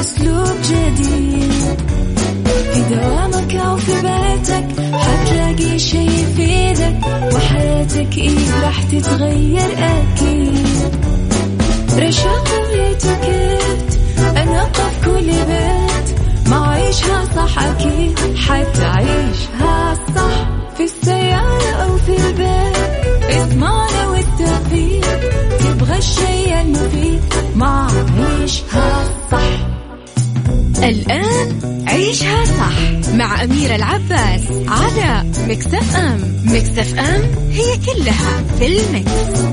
بأسلوب جديد. في دوامك أو في بيتك حتلاقي شي يفيدك، وحياتك إيه راح تتغير أكيد. رشاق ويتوكيت أنا قف كل بيت، ما عيشها صح أكيد حتعيشها صح. في السيارة أو في البيت اسمعنا والتوفيق، تبغى الشيء المفيد ما عيشها صح. الآن عيشها صح مع أميرة العباس على ميكس اف ام. ميكس اف ام هي كلها في الميكس.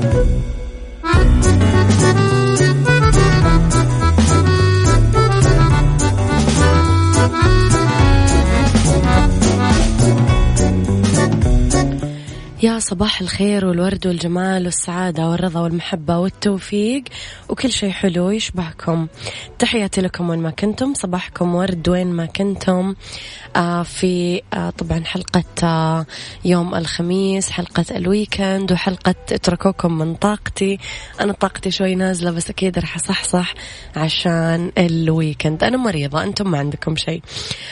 يا صباح الخير والورد والجمال والسعادة والرضا والمحبة والتوفيق وكل شيء حلو يشبهكم. تحياتي لكم وين ما كنتم، صباحكم ورد وين ما كنتم. في طبعا حلقة يوم الخميس، حلقة الويكند، وحلقة اتركوكم من طاقتي. أنا طاقتي شوي نازلة بس أكيد رح أصحصح عشان الويكند. أنا مريضة، أنتم ما عندكم شيء،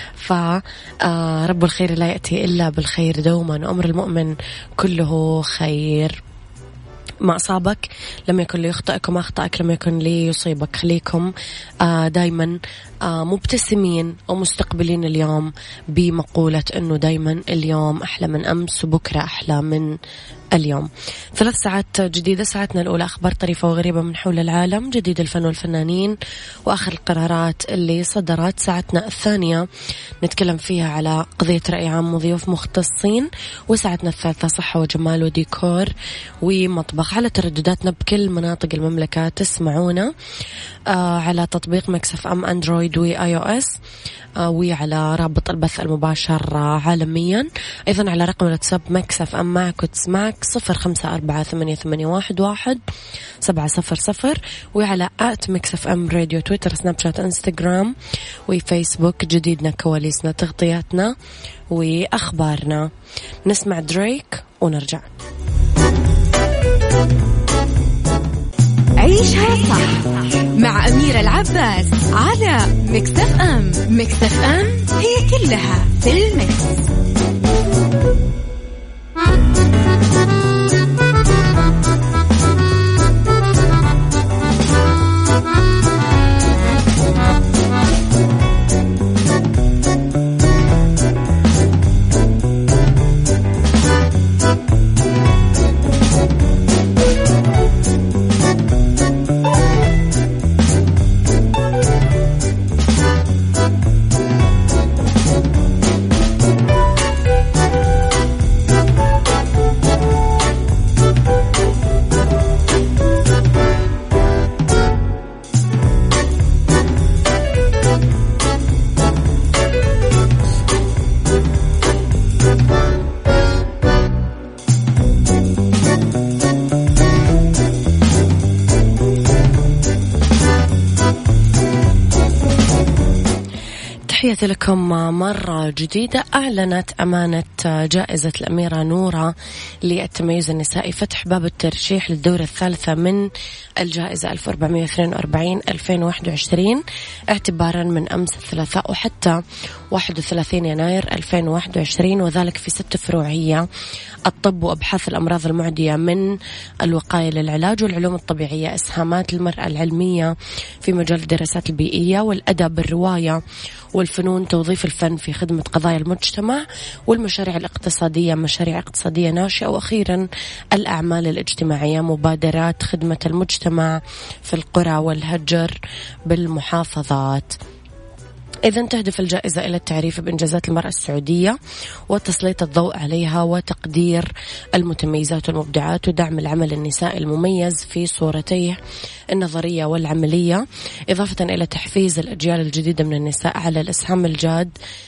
فرب الخير لا يأتي إلا بالخير دوما، وأمر المؤمن كله خير. ما أصابك لم يكن ليخطئك، وما أخطأك لم يكن ليصيبك. خليكم دايما مبتسمين ومستقبلين اليوم بمقولة أنه دايما اليوم أحلى من أمس وبكرة أحلى من اليوم. 3 ساعات جديدة، ساعتنا الأولى أخبار طريفة وغريبة من حول العالم، جديد الفن والفنانين وآخر القرارات اللي صدرت. ساعتنا الثانية نتكلم فيها على قضية رأي عام وضيوف مختصين. وساعتنا الثالثة صحة وجمال وديكور ومطبخ. على تردداتنا بكل مناطق المملكة تسمعونا على تطبيق ميكس اف ام اندرويد واي او اس، وعلى رابط البث المباشر عالميا. أيضا على رقم الواتساب ميكس اف ام معك وتسمعك 0548811700، وعلى ميكس اف ام راديو، تويتر، سناب شات، انستغرام وفيسبوك. جديدنا، كواليسنا، تغطياتنا وأخبارنا. نسمع دريك ونرجع. عيشها صح مع أميرة العباس على ميكس اف ام. ميكس اف ام هي كلها في الميكس. تحياتي لكم مرة جديدة. أعلنت أمانة جائزة الأميرة نورة للتميز النسائي فتح باب الترشيح للدورة الثالثة من الجائزة 1442-2021 اعتبارا من أمس الثلاثاء وحتى 31 يناير 2021، وذلك في 6 فروع هي الطب وأبحاث الأمراض المعدية من الوقاية للعلاج والعلوم الطبيعية، إسهامات المرأة العلمية في مجال الدراسات البيئية والأدب، الرواية والفنون، توظيف الفن في خدمة قضايا المجتمع، والمشاريع الاقتصادية، مشاريع اقتصادية ناشئة، وأخيرا الأعمال الاجتماعية، مبادرات خدمة المجتمع في القرى والهجر بالمحافظات. إذن تهدف الجائزة إلى التعريف بإنجازات المرأة السعودية وتسليط الضوء عليها وتقدير المتميزات والمبدعات ودعم العمل النسائي المميز في صورتيه النظرية والعملية، إضافة إلى تحفيز الأجيال الجديدة من النساء على الإسهام الجاد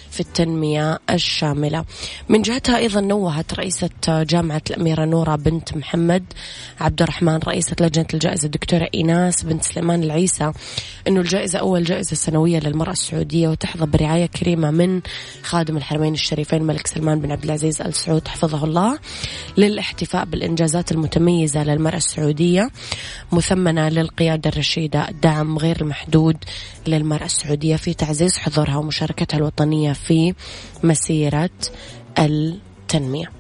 في التنمية الشاملة. من جهتها أيضا نوهت رئيسة جامعة الأميرة نورة بنت محمد عبد الرحمن رئيسة لجنة الجائزة الدكتورة إيناس بنت سليمان العيسى أنه الجائزة أول جائزة سنوية للمرأة السعودية، وتحظى برعاية كريمة من خادم الحرمين الشريفين الملك سلمان بن عبد العزيز آل سعود حفظه الله، للاحتفاء بالإنجازات المتميزة للمرأة السعودية، مثمنة للقيادة الرشيدة، الدعم غير المحدود للمرأة السعودية في تعزيز حضورها ومشاركتها الوطنية في مسيرة التنمية.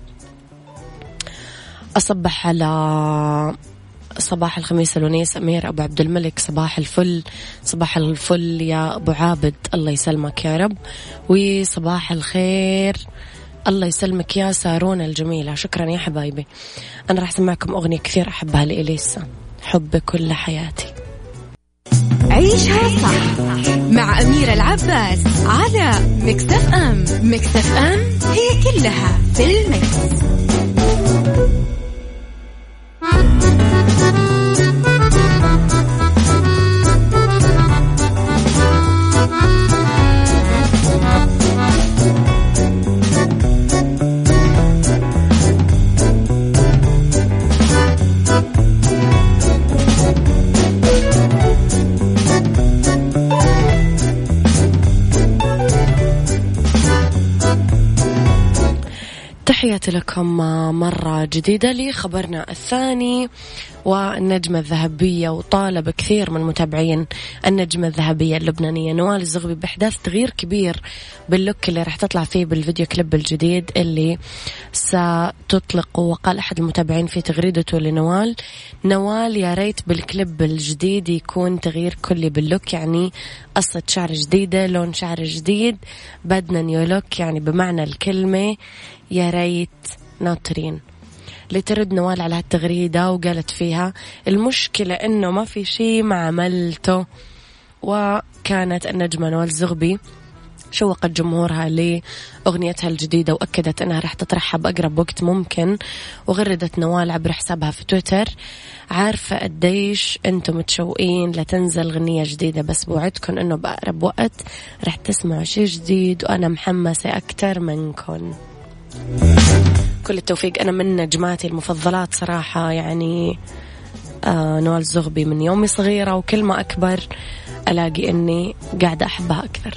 أصبح على صباح الخميس الونيس أمير أبو عبد الملك، صباح الفل، صباح الفل يا أبو عابد، الله يسلمك يا رب، وصباح الخير الله يسلمك يا سارون الجميلة. شكرا يا حبايبي. أنا راح أسمعكم أغنية كثير أحبها لإليسا، حب كل حياتي. عيشها صح مع أميرة العباس على ميكس اف ام. ميكس اف ام هي كلها في الميكس. تحياتي لكم مرة جديدة لخبرنا الثاني والنجمة الذهبية، وطالب كثير من متابعين النجمة الذهبية اللبنانية نوال الزغبي بإحداث تغيير كبير باللوك اللي راح تطلع فيه بالفيديو كليب الجديد اللي ستطلق. وقال أحد المتابعين في تغريدته لنوال: نوال يا ريت بالكليب الجديد يكون تغيير كلي باللوك، يعني قصة شعر جديدة، لون شعر جديد، بدنا نيو لوك، يعني بمعنى الكلمة يا ريت ناطرين. لترد نوال على هالتغريدة وقالت فيها: المشكلة إنه ما في شيء ما عملته. وكانت النجمة نوال الزغبي شوقت جمهورها لأغنيتها الجديدة وأكدت أنها رح تطرحها بأقرب وقت ممكن. وغردت نوال عبر حسابها في تويتر: عارفة قديش أنتم متشوقين لتنزل غنية جديدة، بس بوعدكم أنه بأقرب وقت رح تسمعوا شيء جديد وأنا محمسة أكتر منكم. كل التوفيق. أنا من نجماتي المفضلات صراحة، يعني نوال الزغبي من يومي صغيرة، وكل ما أكبر ألاقي أني قاعدة أحبها أكثر.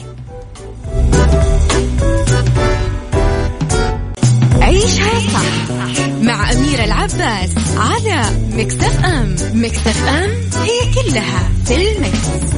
عيشها صح مع أميرة العباس على ميكس اف ام. ميكس اف ام هي كلها في الميكس.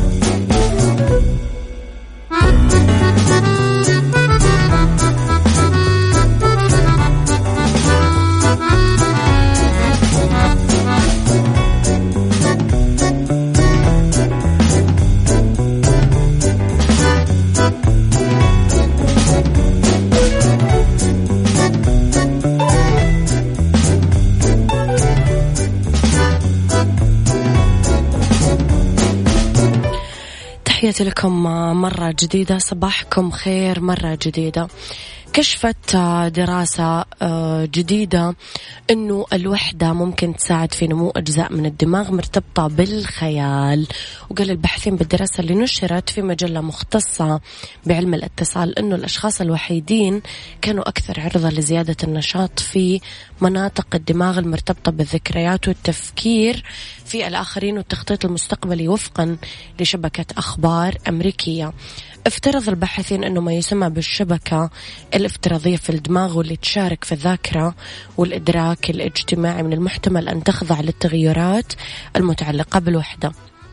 تحياتي لكم مرة جديدة، صباحكم خير مرة جديدة. كشفت دراسة جديدة أنه الوحدة ممكن تساعد في نمو أجزاء من الدماغ مرتبطة بالخيال. وقال الباحثين بالدراسة اللي نشرت في مجلة مختصة بعلم الاتصال أنه الأشخاص الوحيدين كانوا أكثر عرضة لزيادة النشاط في مناطق الدماغ المرتبطة بالذكريات والتفكير في الآخرين والتخطيط المستقبلي وفقا لشبكة أخبار أمريكية. افترض الباحثين أنه ما يسمى بالشبكة الافتراضية في الدماغ واللي تشارك في الذاكرة والإدراك الاجتماعي من المحتمل أن تخضع للتغيرات المتعلقة بالوحدة.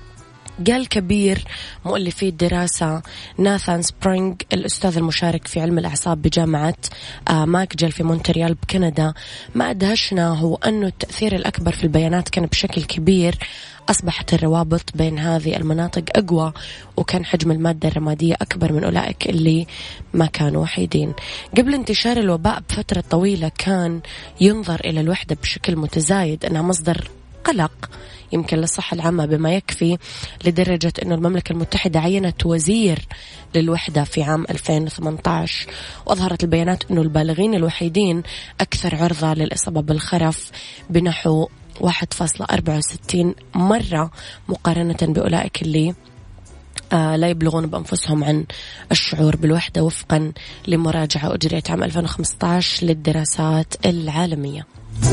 قال كبير مؤلفي الدراسة ناثان سبرينغ الأستاذ المشارك في علم الأعصاب بجامعة ماكجل في مونتريال بكندا: ما أدهشنا هو أنه التأثير الأكبر في البيانات كان بشكل كبير أصبحت الروابط بين هذه المناطق أقوى، وكان حجم المادة الرمادية أكبر من أولئك اللي ما كانوا وحيدين. قبل انتشار الوباء بفترة طويلة كان ينظر إلى الوحدة بشكل متزايد أنها مصدر قلق يمكن للصحة العامة بما يكفي، لدرجة أن المملكة المتحدة عينت وزير للوحدة في عام 2018. وأظهرت البيانات أن البالغين الوحيدين أكثر عرضة للإصابة بالخرف بنحو 1.64 مرة مقارنة بأولئك اللي لا يبلغون بأنفسهم عن الشعور بالوحدة وفقا لمراجعة أجريت عام 2015 للدراسات العالمية.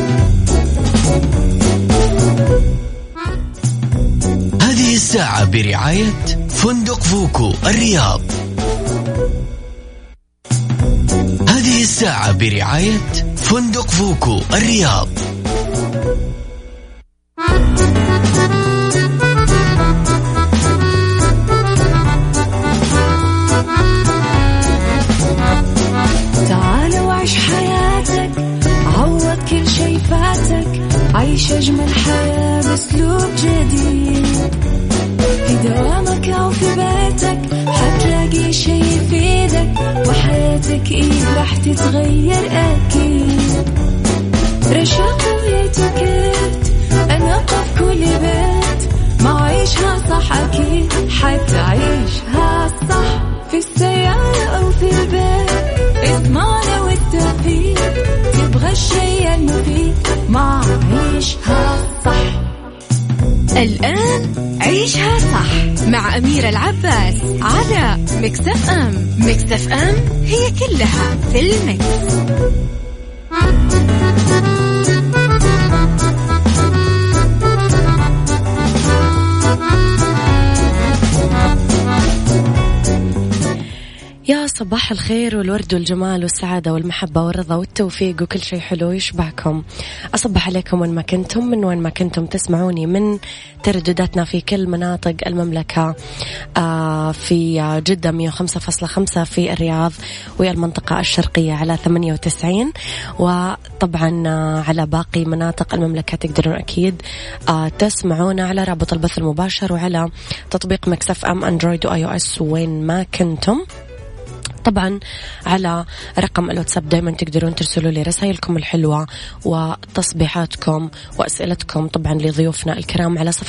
هذه الساعة برعاية فندق فوكو الرياض. هذه الساعة برعاية فندق فوكو الرياض. تعال وعيش حياتك، عوض كل شي فاتك، عيش أجمل حياة بأسلوب جديد. في دوامك أو في بيتك حتلاقي شي يفيدك، وحياتك إيه راح تتغير أكيد. رشاق ويتوكيت أنا في كل بيت، ما عيشها صح أكيد حتعيشها صح. في السيارة أو في البيت اسمعنا والتوفيق، تبغى الشي المفيد ما عيشها صح. الآن عيشها صح مع أميرة العباس على مكسف أم. مكسف أم هي كلها في المكس. يا صباح الخير والورد والجمال والسعادة والمحبة والرضا والتوفيق وكل شيء حلو يشبعكم. أصبح عليكم وين ما كنتم، من وين ما كنتم تسمعوني من تردداتنا في كل مناطق المملكة. في جدة 105.5، في الرياض والمنطقة الشرقية على 98، وطبعا على باقي مناطق المملكة تقدرون أكيد تسمعونا على رابط البث المباشر وعلى تطبيق مكسف أم أندرويد وآي أو إس وين ما كنتم. طبعا على رقم الواتساب دايما تقدرون ترسلوا لي رسائلكم الحلوة وتصبيحاتكم وأسئلتكم طبعا لضيوفنا الكرام على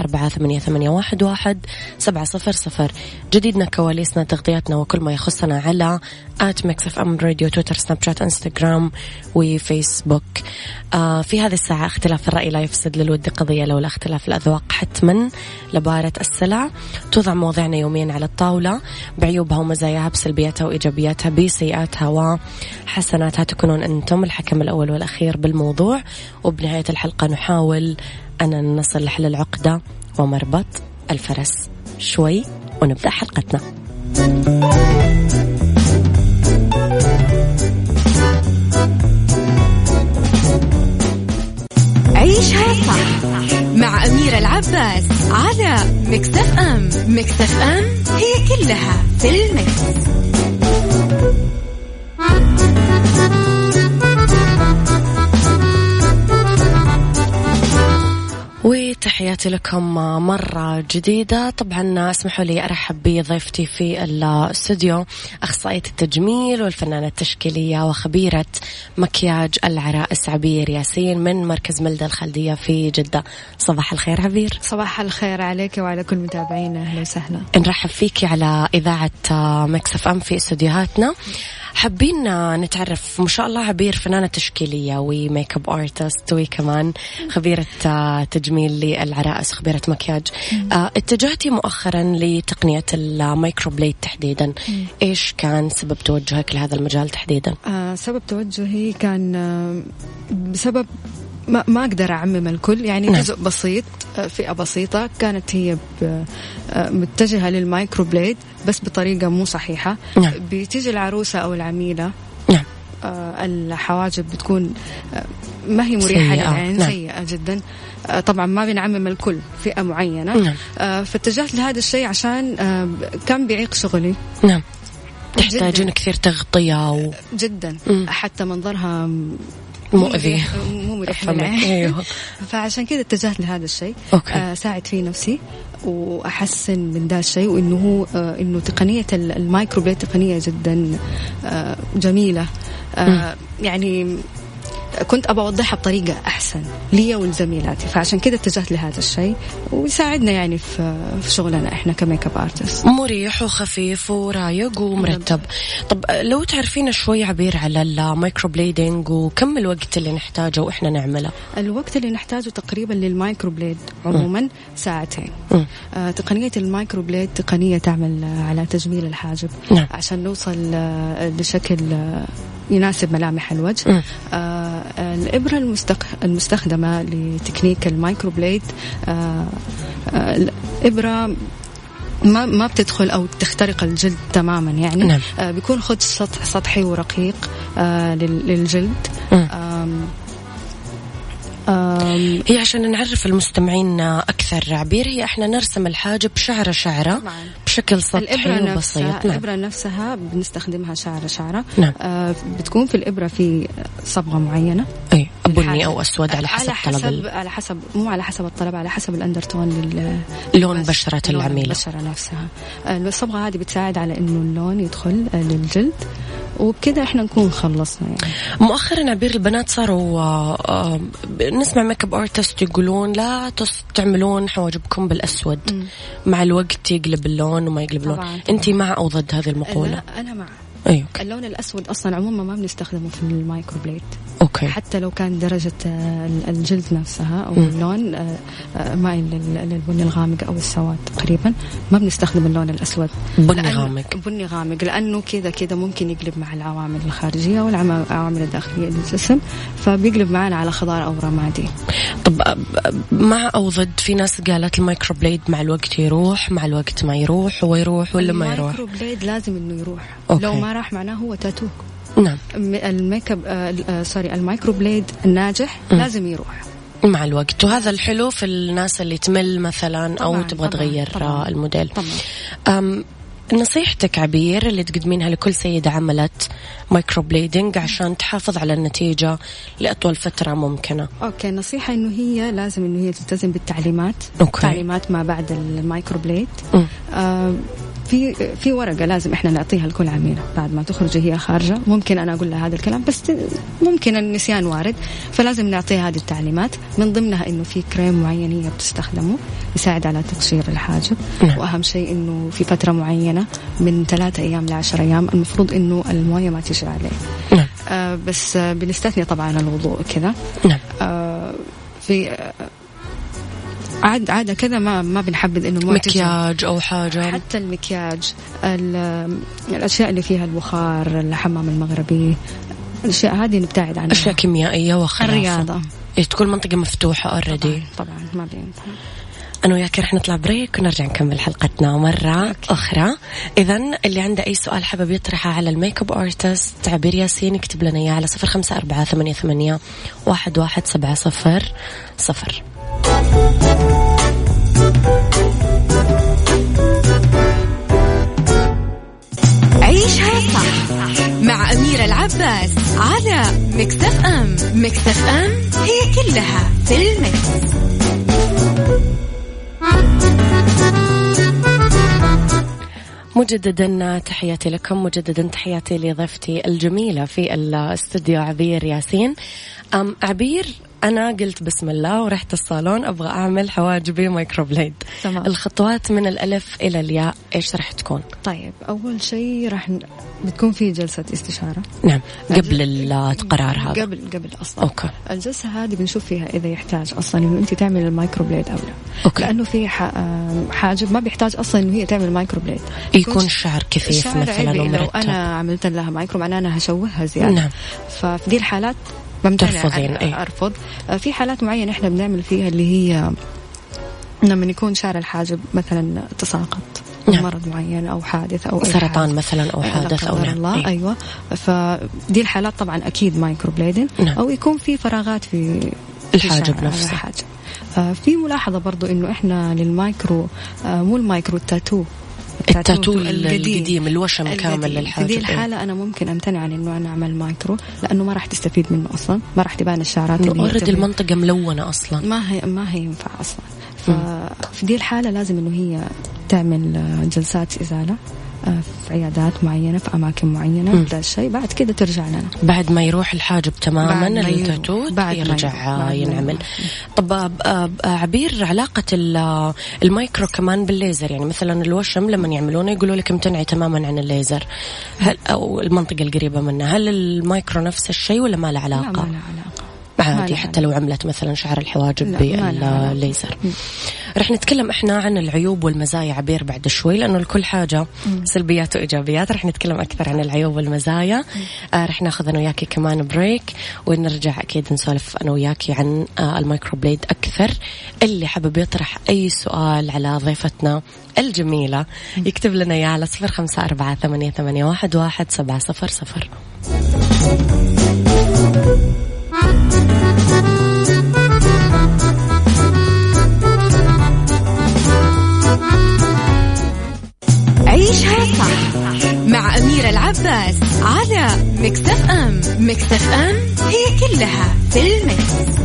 0548811700. جديدنا، كواليسنا، تغطياتنا وكل ما يخصنا على @mixfm راديو، تويتر، سناب شات، انستغرام وفيسبوك. في هذه الساعة اختلاف الرأي لا يفسد للود قضية، لولا اختلاف الأذواق حتما لبارة السلع. توضع مواضيعنا يوميا على الطاولة بعيوبها ومزاياها، بسلبياتها وإيجابياتها، بسيئاتها وحسناتها. تكونون أنتم الحكم الأول والأخير بالموضوع، وبنهاية الحلقة نحاول أن نصل لحل العقدة ومربط الفرس. شوي ونبدأ حلقتنا. عيشها صح مع أميرة العباس على مكسف أم. مكسف أم هي كلها في المكس. وتحياتي لكم مرة جديدة. طبعا اسمحوا لي أرحب بضيفتي في الاستوديو، أخصائية التجميل والفنانة التشكيلية وخبيرة مكياج العرائس عبير ياسين من مركز ملدة الخالدية في جدة. صباح الخير عبير. صباح الخير عليك وعلى كل متابعينا، أهلا وسهلا. نرحب فيكي على إذاعة مكسف أم في استوديوهاتنا. حابين نتعرف، ما شاء الله عبير فنانة تشكيلية وميك اب ارتست وكمان خبيرة تجميل للعرائس، خبيرة مكياج. اتجهتي مؤخرا لتقنية المايكرو بليد تحديدا. ايش كان سبب توجهك لهذا المجال تحديدا؟ سبب توجهي كان بسبب ما أقدر أعمم الكل، يعني جزء بسيط، فئة بسيطة كانت هي متجهة للمايكرو بليد بس بطريقة مو صحيحة. بتيجي العروسة أو العميلة الحواجب بتكون ما هي مريحة للعين، سيئة جدا. طبعا ما بنعمم الكل، فئة معينة. فاتجهت لهذا الشيء عشان كان بيعيق شغلي. نعم، تحتاجين كثير تغطية جدا، حتى منظرها مؤذي مو مريح للعين. أيوه. فعشان كده اتجهت لهذا الشيء، ساعد فيه نفسي وأحسن من ذا الشيء، وإنه هو إنه تقنية المايكرو بليد تقنية جدا جميلة. يعني كنت أبغى أوضحها بطريقة أحسن لي ولزميلاتي، فعشان كده اتجهت لهذا الشيء ويساعدنا يعني في شغلنا إحنا كميك اب ارتست. مريح وخفيف ورايق ومرتب. طب لو تعرفين شوي عبير على المايكرو بليدنج وكم الوقت اللي نحتاجه وإحنا نعمله؟ الوقت اللي نحتاجه تقريبا للمايكرو بليد عموما ساعتين. تقنية المايكرو بليد تقنية تعمل على تجميل الحاجب عشان نوصل لشكل يناسب ملامح الوجه. الإبرة المستخدمة لتكنيك المايكرو بليد الإبرة ما بتدخل أو تخترق الجلد تماما يعني. بيكون خد سطحي ورقيق للجلد. هي عشان نعرف المستمعين أكثر عبير، هي إحنا نرسم الحاجب شعرة بشكل سطحي وبسيط. الإبرة نفسها بنستخدمها شعرة. بتكون في الإبرة في صبغة معينة، أي بني أو أسود على حسب مو على حسب الطلب، على حسب الأندرتون لون بشرة العميلة، البشرة نفسها. الصبغة هذه بتساعد على إنه اللون يدخل للجلد، وبكده إحنا نكون خلصنا يعني. مؤخرا عبير البنات صاروا نسمع ميك اب ارتست يقولون لا تعملون حواجبكم بالأسود. مع الوقت يقلب اللون وما يقلب اللون. أنتي مع أو ضد هذه المقولة؟ أنا مع. أيوة. اللون الأسود أصلا عموما ما بنستخدمه في المايكرو بليد. أوكي. حتى لو كان درجة الجلد نفسها أو اللون مايل للبني الغامق أو السواد تقريبا، ما بنستخدم اللون الأسود بني غامق لأنه كذا ممكن يقلب مع العوامل الخارجية والعوامل الداخلية للجسم، فبيقلب معنا على خضار أو رمادي. طب مع أو ضد؟ في ناس قالت المايكرو بليد مع الوقت يروح، مع الوقت ما يروح، هو يروح ولا ما يروح؟ المايكرو بليد لازم إنه يروح. أوكي. لو ما راح معناه هو تاتو. نعم. الميك اب المايكرو بليد الناجح لازم يروح مع الوقت، وهذا الحلو في الناس اللي تمل مثلا أو تبغى تغير الموديل. نصيحتك عبير اللي تقدمينها لكل سيدة عملت مايكرو بليدنج عشان تحافظ على النتيجة لأطول فترة ممكنة؟ أوكي، نصيحة إنه هي لازم إنه هي تلتزم بالتعليمات. تعليمات ما بعد المايكرو بليد. في ورقة لازم إحنا نعطيها لكل عميلة بعد ما تخرج هي خارجة. ممكن أنا أقول لها هذا الكلام بس ممكن النسيان وارد، فلازم نعطيها هذه التعليمات. من ضمنها إنه في كريم معين هي بتستخدمه يساعد على تقشير الحاجب. وأهم شيء إنه في فترة معينة من 3 أيام ل10 أيام المفروض إنه الموية ما تجري عليه. بس بنستثني طبعا الوضوء كذا. في عادة كذا ما بنحبذ إنه مكياج أو حاجة. حتى المكياج، الأشياء اللي فيها البخار، الحمام المغربي، الأشياء هذه نبتعد عنها. أشياء كيميائية وخرافة. الرياضة تكون منطقة مفتوحة already. طبعا ما بينفع. أنا وياك رح نطلع بريك ونرجع نكمل حلقتنا مرة أخرى. إذن اللي عنده أي سؤال حابب يطرحه على الميك اب ارتست عبير ياسين يكتب لنا إياه على 0548811700. عيشها صح مع أميرة العباس على ميكس اف ام. ميكس اف ام هي كلها في الميكس. مجددا تحياتي لكم، مجددا تحياتي لضيفتي الجميلة في الاستوديو عبير ياسين. عبير، أنا قلت بسم الله ورحت الصالون أبغى أعمل حواجبي مايكرو بليد. تمام. الخطوات من الألف إلى الياء إيش رح تكون؟ طيب، أول شيء بتكون في جلسة استشارة. نعم، قبل القرار هذا. قبل أصلا. أوكي. الجلسة هذه بنشوف فيها إذا يحتاج أصلا إنه أنت تعمل المايكرو بليد أو لا. أوكي. لأنه في حاجب ما بيحتاج أصلا إنه هي تعمل مايكرو بليد. يكون الشعر كثيف مثلا ومرتب. لو أنا عملت لها مايكرو معناه أنا هشوهها زيادة. نعم. ففي دي الحالات ترفضين؟ أرفض. في حالات معينة إحنا بنعمل فيها اللي هي لما يكون شعر الحاجب مثلا تساقط. نعم. مرض معين أو حادث أو سرطان مثلا أو حادث أو الله. أيوة. فدي الحالات طبعا أكيد مايكرو بليدين. نعم. أو يكون في فراغات في الحاجب نفسه. في ملاحظة برضو إنه إحنا للمايكرو مو المايكرو التاتو القديم الوشم كامل للحاجب. في دي الحالة أنا ممكن أمتنع عن إنه أنا أعمل مايكرو، لأنه ما راح تستفيد منه أصلا، ما راح تبان الشعرات اللي أوريدي المنطقة ملونة أصلا، ما هي ينفع أصلا. ففي دي الحالة لازم إنه هي تعمل جلسات إزالة في عيادات معينة في أماكن معينة ذا الشيء، بعد كده ترجع لنا بعد ما يروح الحاجب تماما التاتو يرجع ينعمل. طب عبير، علاقة المايكرو كمان بالليزر، يعني مثلا الوشم لما يعملونه يقولوا لك امتنعي تماما عن الليزر، هل أو المنطقة القريبة منه، هل المايكرو نفس الشيء ولا ما له علاقة؟ لا، ما له علاقة عادي حتى لو عملت مثلا شعر الحواجب بالليزر. رح نتكلم احنا عن العيوب والمزايا عبير بعد شوي، لانه لكل حاجة سلبيات وايجابيات. رح نتكلم اكثر عن العيوب والمزايا. رح ناخذ انا وياكي كمان بريك ونرجع اكيد نسولف انا وياكي عن المايكروبليد اكثر. اللي حابب يطرح اي سؤال على ضيفتنا الجميلة يكتب لنا اياه على 0548811700. عيشها صح مع أميرة العباس على ميكس اف ام. ميكس اف ام هي كلها في الميكس.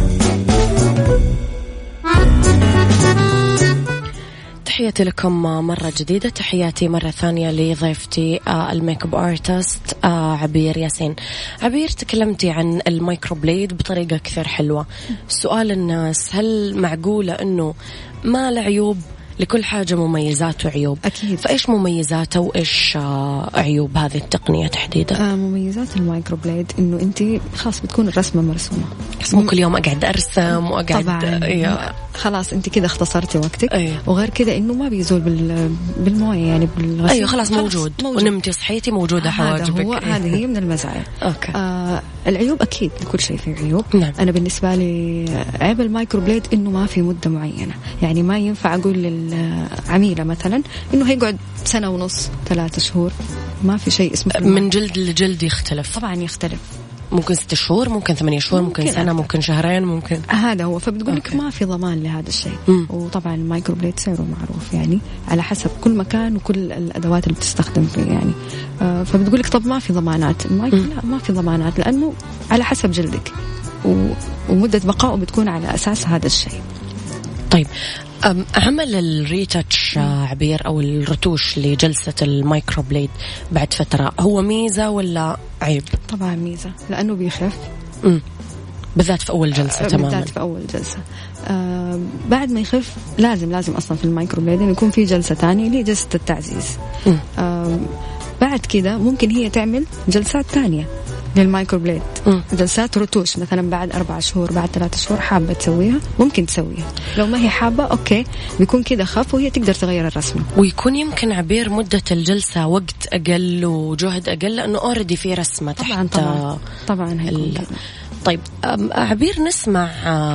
تحياتي لكم مرة جديدة، تحياتي مرة ثانية لضيفتي الميك اب ارتست عبير ياسين. عبير، تكلمتي عن المايكروبليد بطريقة كثير حلوة. سؤال الناس، هل معقولة أنه ما له عيوب؟ لكل حاجة مميزات وعيوب أكيد. فإيش مميزاته وإيش عيوب هذه التقنية تحديدا؟ مميزات المايكروبليد إنه أنت خلاص بتكون الرسمة مرسومة، مو كل يوم أقعد أرسم وأقعد طبعا خلاص أنت كده اختصرتي وقتك. وغير كده إنه ما بيزول بالموية يعني بالغسيل. خلاص موجود. ونمتي صحيتي موجودة حواجبك. هذه هي من المزايا. العيوب أكيد لكل شيء فيه عيوب. نعم. أنا بالنسبة لي عيب المايكروبليد إنه ما في مدة معينة، يعني ما ينفع أقول للعميلة مثلا إنه هيقعد 1.5 سنة 3 شهور. ما في شيء اسمه من جلد لجلد يختلف. طبعا يختلف، ممكن 6 شهور، ممكن 8 شهور، ممكن سنة، ممكن شهرين، ممكن. هذا هو. فبتقول لك ما في ضمان لهذا الشيء. وطبعا المايكروبليد سعره معروف يعني على حسب كل مكان وكل الأدوات اللي بتستخدم فيه يعني. فبتقول لك طب ما في ضمانات. لا، ما في ضمانات لأنه على حسب جلدك ومدة بقائه بتكون على أساس هذا الشيء. طيب، عمل الريتاتش عبير أو الرتوش لجلسة المايكروبليد بعد فترة هو ميزة ولا عيب؟ طبعا ميزة، لأنه بيخف بالذات في أول جلسة. تماما بالذات في أول جلسة. بعد ما يخف لازم أصلا في المايكروبليد يكون في جلسة تانية اللي جلسة التعزيز. بعد كده ممكن هي تعمل جلسات تانية للمايكروبليد، جلسات رتوش مثلا بعد 4 شهور، بعد 3 شهور حابة تسويها ممكن تسويها. لو ما هي حابة أوكي، بيكون كده خف وهي تقدر تغير الرسمة. ويكون يمكن عبير مدة الجلسة وقت أقل وجهد أقل لأنه أوريدي في رسمة تحت. طبعا هيكون. طيب عبير، نسمع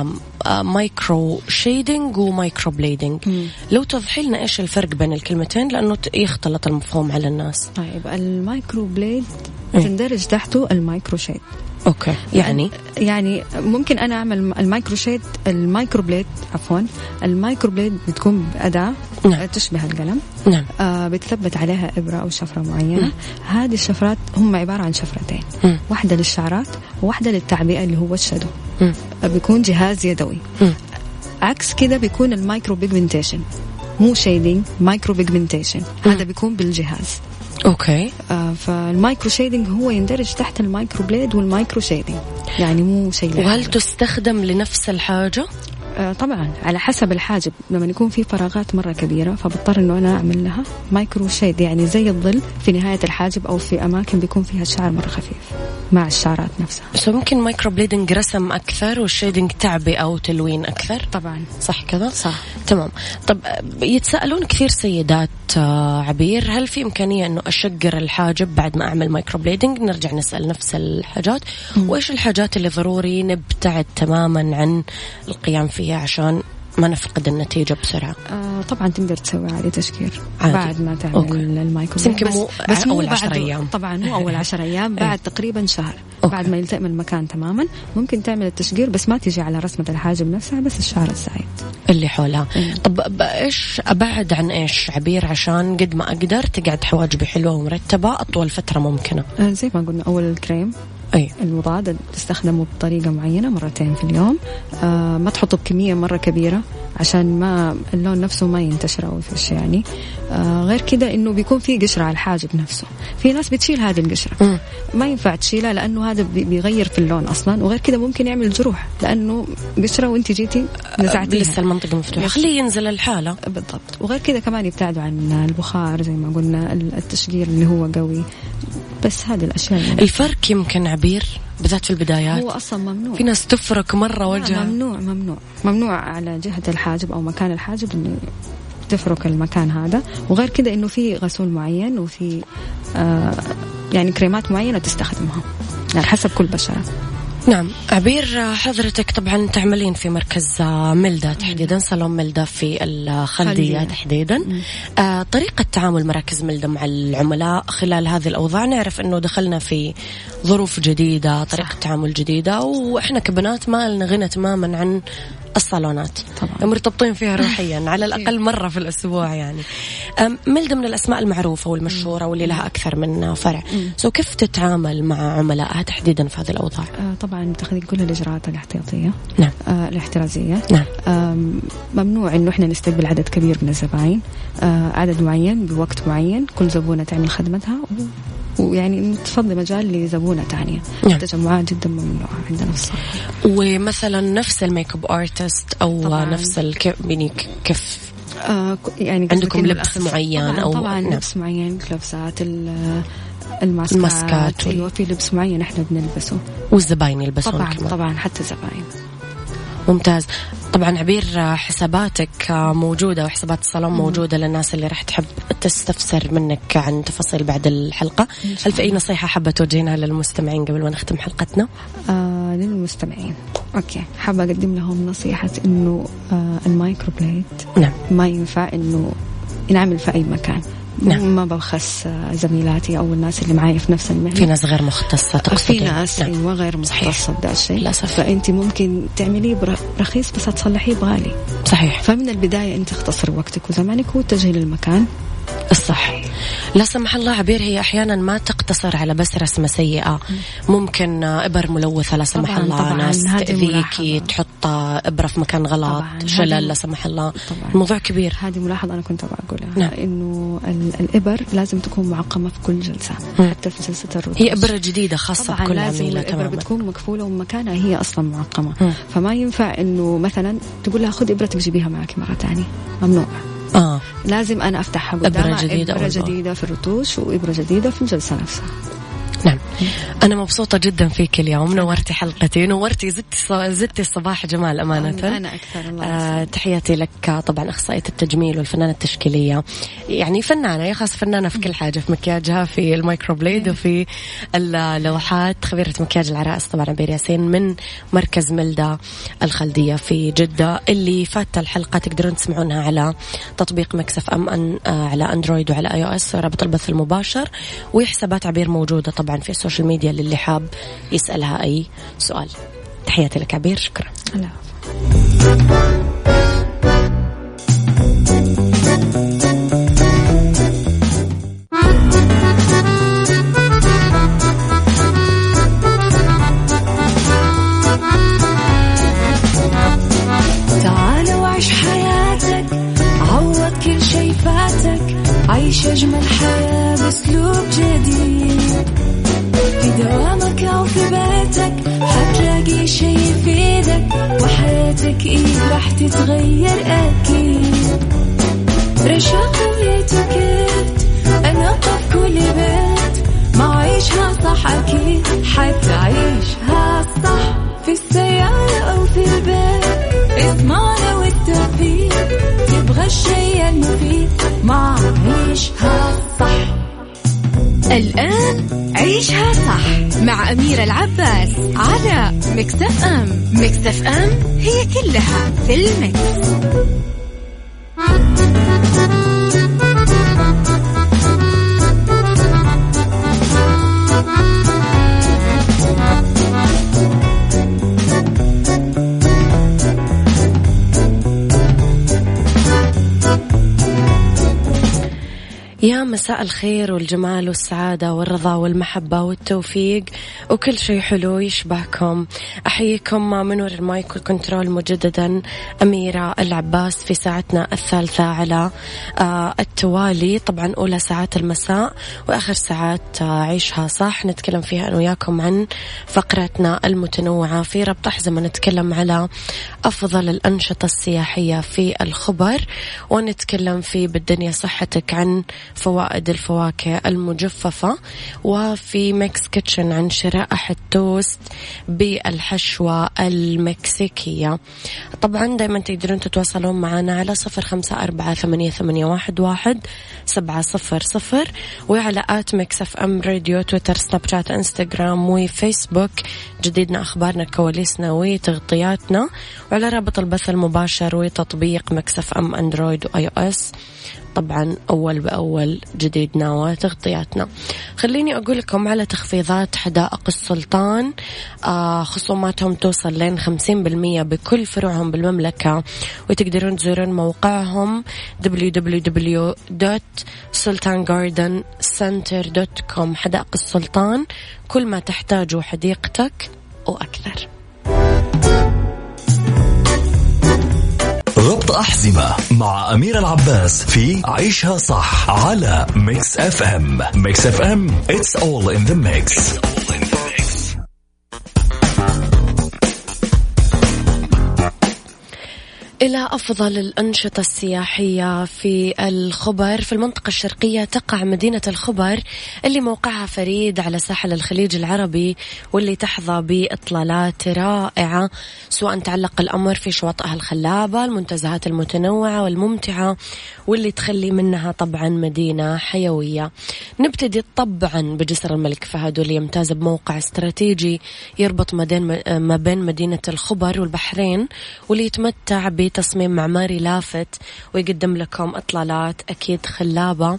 مايكرو شيدنج ومايكرو بليدنج. لو توضحي لنا إيش الفرق بين الكلمتين لأنه يختلط المفهوم على الناس. طيب، المايكرو بليد تندرج تحته المايكرو شيد. اوكي، يعني ممكن انا اعمل المايكرو بليد المايكرو بليد بتكون بأداة تشبه القلم. نعم. بتثبت عليها إبرة أو شفرة معينة. هذه الشفرات هم عبارة عن شفرتين، واحدة للشعرات وواحدة للتعبئة اللي هو الشادو. بيكون جهاز يدوي. عكس كده بيكون المايكرو بيجمنتيشن، مو شيدينج، مايكرو بيجمنتيشن هذا بيكون بالجهاز. اوكي. فالمايكرو شيدنج هو يندرج تحت المايكرو بليد والمايكرو شيدنج، يعني مو شيء. وهل تستخدم لنفس الحاجة؟ طبعا على حسب الحاجب. لما يكون في فراغات مرة كبيرة فبضطر انه انا اعمل لها مايكرو شيد، يعني زي الظل في نهاية الحاجب او في اماكن بيكون فيها الشعر مرة خفيف مع الشعرات نفسها. بس ممكن مايكرو بليدنج رسم اكثر والشيدنج تعبئة او تلوين اكثر. طبعا صح كذا. صح. تمام. طب يتسألون كثير سيدات عبير، هل في امكانية انه اشقر الحاجب بعد ما اعمل مايكرو بليدنج؟ نرجع نسأل نفس الحاجات. وايش الحاجات اللي ضروري نبتعد تماما عن القيام فيها عشان ما نفقد النتيجة بسرعة؟ طبعا تقدر تسوي عادي تشكير عادي بعد ما تعمل المايكرو بس مو أول 10 أيام. طبعا مو أول 10 أيام، بعد تقريبا شهر. بعد ما يلتئم المكان تماما ممكن تعمل التشقير، بس ما تيجي على رسمة الحاجب نفسها، بس الشعر الزايد اللي حولها. طب إيش أبعد عن إيش عبير عشان قد ما أقدر تقعد حواجبي حلوة ومرتبة أطول فترة ممكنة؟ زي ما قلنا، أول الكريم المضاد تستخدمه بطريقة معينة مرتين في اليوم. ما تحطه بكمية مرة كبيرة عشان ما اللون نفسه ما ينتشر أو فيش يعني. غير كده إنه بيكون فيه قشرة على الحاجب نفسه. في ناس بتشيل هذه القشرة، ما ينفع تشيلها لأنه هذا بيغير في اللون أصلا، وغير كده ممكن يعمل جروح لأنه قشرة وانت جيتي نزعتيها لسه المنطقة مفتوحة، خليه ينزل الحالة. بالضبط. وغير كده كمان يبتعدوا عن البخار زي ما قلنا، التشجير اللي هو قوي. بس هذه الأشياء يعني. الفرك يمكن عبير بالذات في البدايات هو أصلا ممنوع. في ناس تفرك مرة وجهها. ممنوع على جهة الحاجب أو مكان الحاجب إنه تفرك المكان هذا. وغير كده إنه في غسول معين وفي يعني كريمات معينة تستخدمها يعني حسب كل بشرة. نعم عبير، حضرتك طبعا تعملين في مركز ملدا تحديدا، صالون ملدا في الخلدية تحديدا. طريقة تعامل مراكز ملدا مع العملاء خلال هذه الأوضاع، نعرف أنه دخلنا في ظروف جديدة، طريقة تعامل جديدة، وإحنا كبنات ما لنا غنى تماما عن الصالونات طبعا. مرتبطين فيها روحيا على الأقل مرة في الأسبوع يعني. ملدا من الأسماء المعروفة والمشهورة واللي لها أكثر من فرع. كيف تتعامل مع عملائها تحديدا في هذه الأوضاع؟ طبعا تاخذين كل الإجراءات الاحتياطية. نعم. الاحترازية. نعم. ممنوع إنه إحنا نستقبل عدد كبير من الزبائن، عدد معين بوقت معين، كل زبونة تعمل خدمتها ويعني تفضي مجال لزبونة تانية. التجمعات جدا ممنوعة عندنا في الصالون. ومثلا نفس الميك اب ارتست أو طبعاً. نفس يعني كيف يعني عندكم لبس معين طبعاً أو طبعا نعم. لبس معين، لبسات الماسكات أيوة في لبس معين إحنا بنلبسه والزباين يلبسون طبعا حتى زباين. ممتاز. طبعا عبير، حساباتك موجودة وحسابات الصالون موجودة للناس اللي راح تحب تستفسر منك عن تفاصيل بعد الحلقة. هل في أي نصيحة حابة توجهينها للمستمعين قبل ما نختم حلقتنا؟ للمستمعين أوكي، حابة أقدم لهم نصيحة إنه المايكرو بليد نعم. ما ينفع إنه ينعمل في أي مكان. نعم. ما بخص زميلاتي أو الناس اللي معايا في نفس المهنة. في ناس غير مختصة في ناس نعم. أيوة غير مختصة بدا الشيء، فأنت ممكن تعمليه برخيص بس هتصلحيه بغالي. صحيح. فمن البداية أنت اختصري وقتك وزمانك واتجهي للمكان الصح. لا سمح الله عبير، هي أحيانا ما تقتصر على بس رسمة سيئة، ممكن إبر ملوثة لا سمح الله، ناس تأذيكي، تحط إبرة في مكان غلط، شلل لا سمح الله. الموضوع كبير. هذه ملاحظة أنا كنت بقولها. نعم. إنه الإبر لازم تكون معقمة في كل جلسة. حتى في جلسة الروتين هي إبرة جديدة خاصة بكل عميلة. الإبرة بتكون مكفولة ومكانها هي أصلا معقمة. فما ينفع إنه مثلا تقول لها خذ إبرتك جيبيها معك مرة تانية، ممنوع. لازم أنا أفتحها قدامها إبرة جديدة في الرتوش وإبرة جديدة في الجلسة نفسها. نعم. أنا مبسوطة جدا فيك اليوم، نورتي حلقتي، نورتي زدتي الصباح جمال أمانة. أنا أكثر. الله تحياتي لك طبعا، أخصائية التجميل والفنانة التشكيلية، يعني فنانة يا خاص، فنانة في كل حاجة، في مكياجها، في المايكرو بليد، وفي اللوحات، خبيرة مكياج العرائس طبعا عبير ياسين من مركز ملدا الخلدية في جدة. اللي فات الحلقة تقدرون تسمعونها على تطبيق مكسف على أندرويد وعلى iOS، رابط البث المباشر، وحسابات عبير موجودة طبعا في السوشيال ميديا للي حاب يسألها أي سؤال. تحياتي لك عبير، شكرا. لا. تعال وعيش حياتك، عوض كل شي فاتك، عيش أجمل حياة بأسلوب جديد. في دوامك أو في بيتك حتلاقي شي يفيدك، وحياتك إيه راح تتغير أكيد. رشاق ويتوكيت أنا قف كل بيت، ما عيشها صح أكيد حتعيشها صح. في السيارة أو في البيت اسمعنا والتوفيق، تبغى الشي المفيد ما عيشها صح. الآن عيشها صح مع أميرة العباس على مكسف أم. مكسف أم هي كلها في المكس. يا مساء مساء الخير والجمال والسعادة والرضا والمحبة والتوفيق وكل شيء حلو يشبهكم. أحييكم من وراء المايك والكنترول مجددا أميرة العباس في ساعتنا الثالثة على التوالي. طبعا أولى ساعات المساء وآخر ساعات عيشها صح، نتكلم فيها أنا وياكم عن فقراتنا المتنوعة. في ربط أحزمة نتكلم على أفضل الأنشطة السياحية في الخبر، ونتكلم في بالدنيا صحتك عن فوائد الفواكه المجففة، وفي ميكس كيتشن عن شرائح التوست بالحشوة المكسيكية. طبعا دايما تقدرون تتواصلون معنا على 0548811700 وعلى آت ميكس اف ام راديو، تويتر، سناب شات، انستغرام وفيسبوك. جديدنا أخبارنا كواليسنا وتغطياتنا، وعلى رابط البث المباشر وتطبيق ميكس اف ام اندرويد واي او اس. طبعا أول بأول جديدنا وتغطياتنا. خليني أقول لكم على تخفيضات حدائق السلطان، خصوماتهم توصل لين 50% بكل فروعهم بالمملكة، وتقدرون تزورون موقعهم www.sultangardencenter.com. حدائق السلطان، كل ما تحتاجه حديقتك وأكثر. ربط أحزمة مع أميرة العباس في عيشها صح على ميكس اف ام. ميكس اف ام it's all in the mix. إلى أفضل الأنشطة السياحية في الخبر. في المنطقة الشرقية تقع مدينة الخبر اللي موقعها فريد على ساحل الخليج العربي، واللي تحظى بإطلالات رائعة، سواء تعلق الأمر في شواطئها الخلابة، المنتزهات المتنوعة والممتعة، واللي تخلي منها طبعا مدينة حيوية. نبتدي طبعا بجسر الملك فهد، واللي يمتاز بموقع استراتيجي يربط ما بين مدينة الخبر والبحرين، واللي يتمتع تصميم معماري لافت ويقدم لكم إطلالات أكيد خلابة.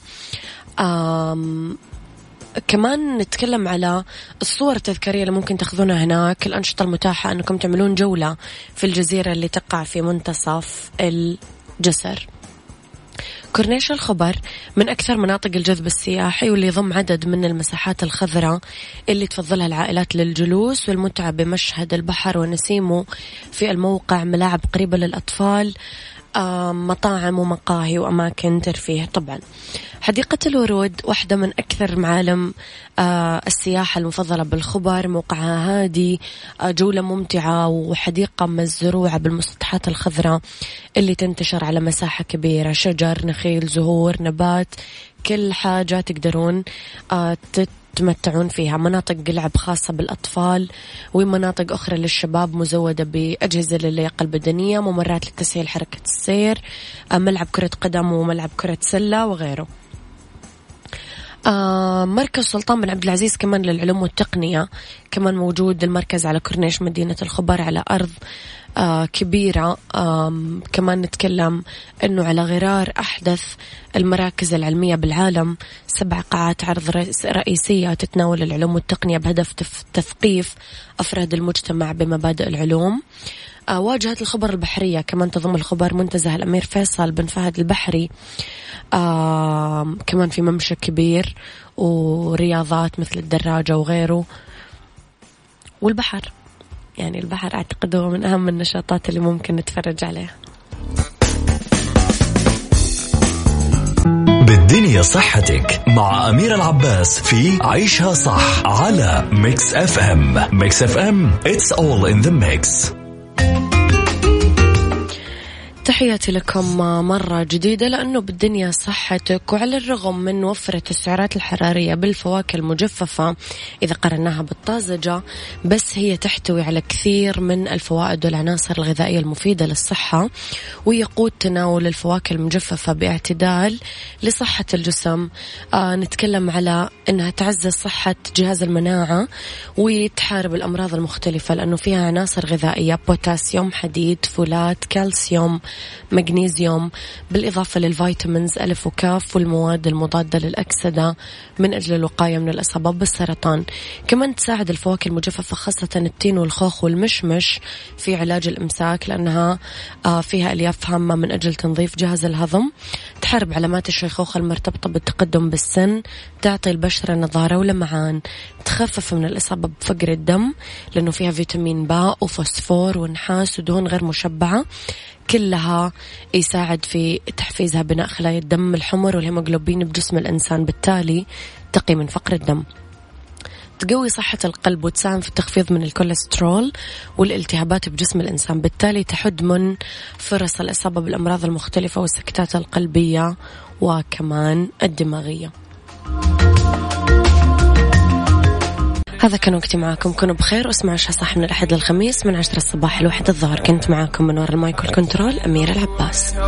كمان نتكلم على الصور التذكارية اللي ممكن تاخذونها هناك. الأنشطة المتاحة أنكم تعملون جولة في الجزيرة اللي تقع في منتصف الجسر. كورنيش الخبر من أكثر مناطق الجذب السياحي، واللي يضم عدد من المساحات الخضراء اللي تفضلها العائلات للجلوس والمتعة بمشهد البحر ونسيمه. في الموقع ملاعب قريبة للأطفال، مطاعم ومقاهي وأماكن ترفيه. طبعا حديقة الورود واحدة من أكثر معالم السياحة المفضلة بالخبر. موقعها هادي، جولة ممتعة، وحديقة مزروعة بالمسطحات الخضراء اللي تنتشر على مساحة كبيرة، شجر، نخيل، زهور، نبات، كل حاجة تقدرون تمتعون فيها. مناطق لعب خاصة بالأطفال ومناطق أخرى للشباب مزودة بأجهزة للياقة البدنية، ممرات لتسهيل حركة السير، ملعب كرة قدم وملعب كرة سلة وغيره. مركز سلطان بن عبد العزيز كمان للعلوم والتقنية كمان موجود المركز على كورنيش مدينة الخبر على أرض كبيرة. كمان نتكلم أنه على غرار أحدث المراكز العلمية بالعالم، 7 قاعات عرض رئيسية تتناول العلوم والتقنية بهدف تثقيف أفراد المجتمع بمبادئ العلوم. واجهة الخبر البحرية كمان تضم الخبر منتزه الأمير فيصل بن فهد البحري، كمان في ممشى كبير ورياضات مثل الدراجة وغيره. والبحر، يعني البحر أعتقد هو من أهم النشاطات اللي ممكن نتفرج عليها. بالدنيا صحتك مع أميرة العباس في عيشها صح على ميكس اف ام. ميكس اف ام it's all in the mix. تحياتي لكم مرة جديدة. لأنه بالدنيا صحتك، وعلى الرغم من وفرة السعرات الحرارية بالفواكه المجففة إذا قرناها بالطازجة، بس هي تحتوي على كثير من الفوائد والعناصر الغذائية المفيدة للصحة، ويقود تناول الفواكه المجففة باعتدال لصحة الجسم. نتكلم على أنها تعزز صحة جهاز المناعة وتحارب الأمراض المختلفة، لأنه فيها عناصر غذائية، بوتاسيوم، حديد، فولات، كالسيوم، مغنيسيوم، بالإضافة للفيتامينز ألف وكاف والمواد المضادة للأكسدة من أجل الوقاية من الإصابة بالسرطان. كمان تساعد الفواكه المجففة خاصة التين والخوخ والمشمش في علاج الإمساك، لأنها فيها ألياف هامة من أجل تنظيف جهاز الهضم، تحارب علامات الشيخوخة المرتبطة بالتقدم بالسن، تعطي البشرة نضارة ولمعان، تخفف من الإصابة بفقر الدم لأنه فيها فيتامين باء وفوسفور ونحاس ودهون غير مشبعة، كلها يساعد في تحفيزها بناء خلايا الدم الحمر والهيموغلوبين بجسم الإنسان، بالتالي تقي من فقر الدم، تقوي صحة القلب وتساهم في التخفيض من الكوليسترول والالتهابات بجسم الإنسان، بالتالي تحد من فرص الإصابة بالأمراض المختلفة والسكتات القلبية وكمان الدماغية. هذا كان وقتي معاكم، كونوا بخير واسمعوا عشاء صح من الأحد للخميس من 10 الصباح ل1 الظهر. كنت معاكم من وراء المايك والكنترول أميرة العباس.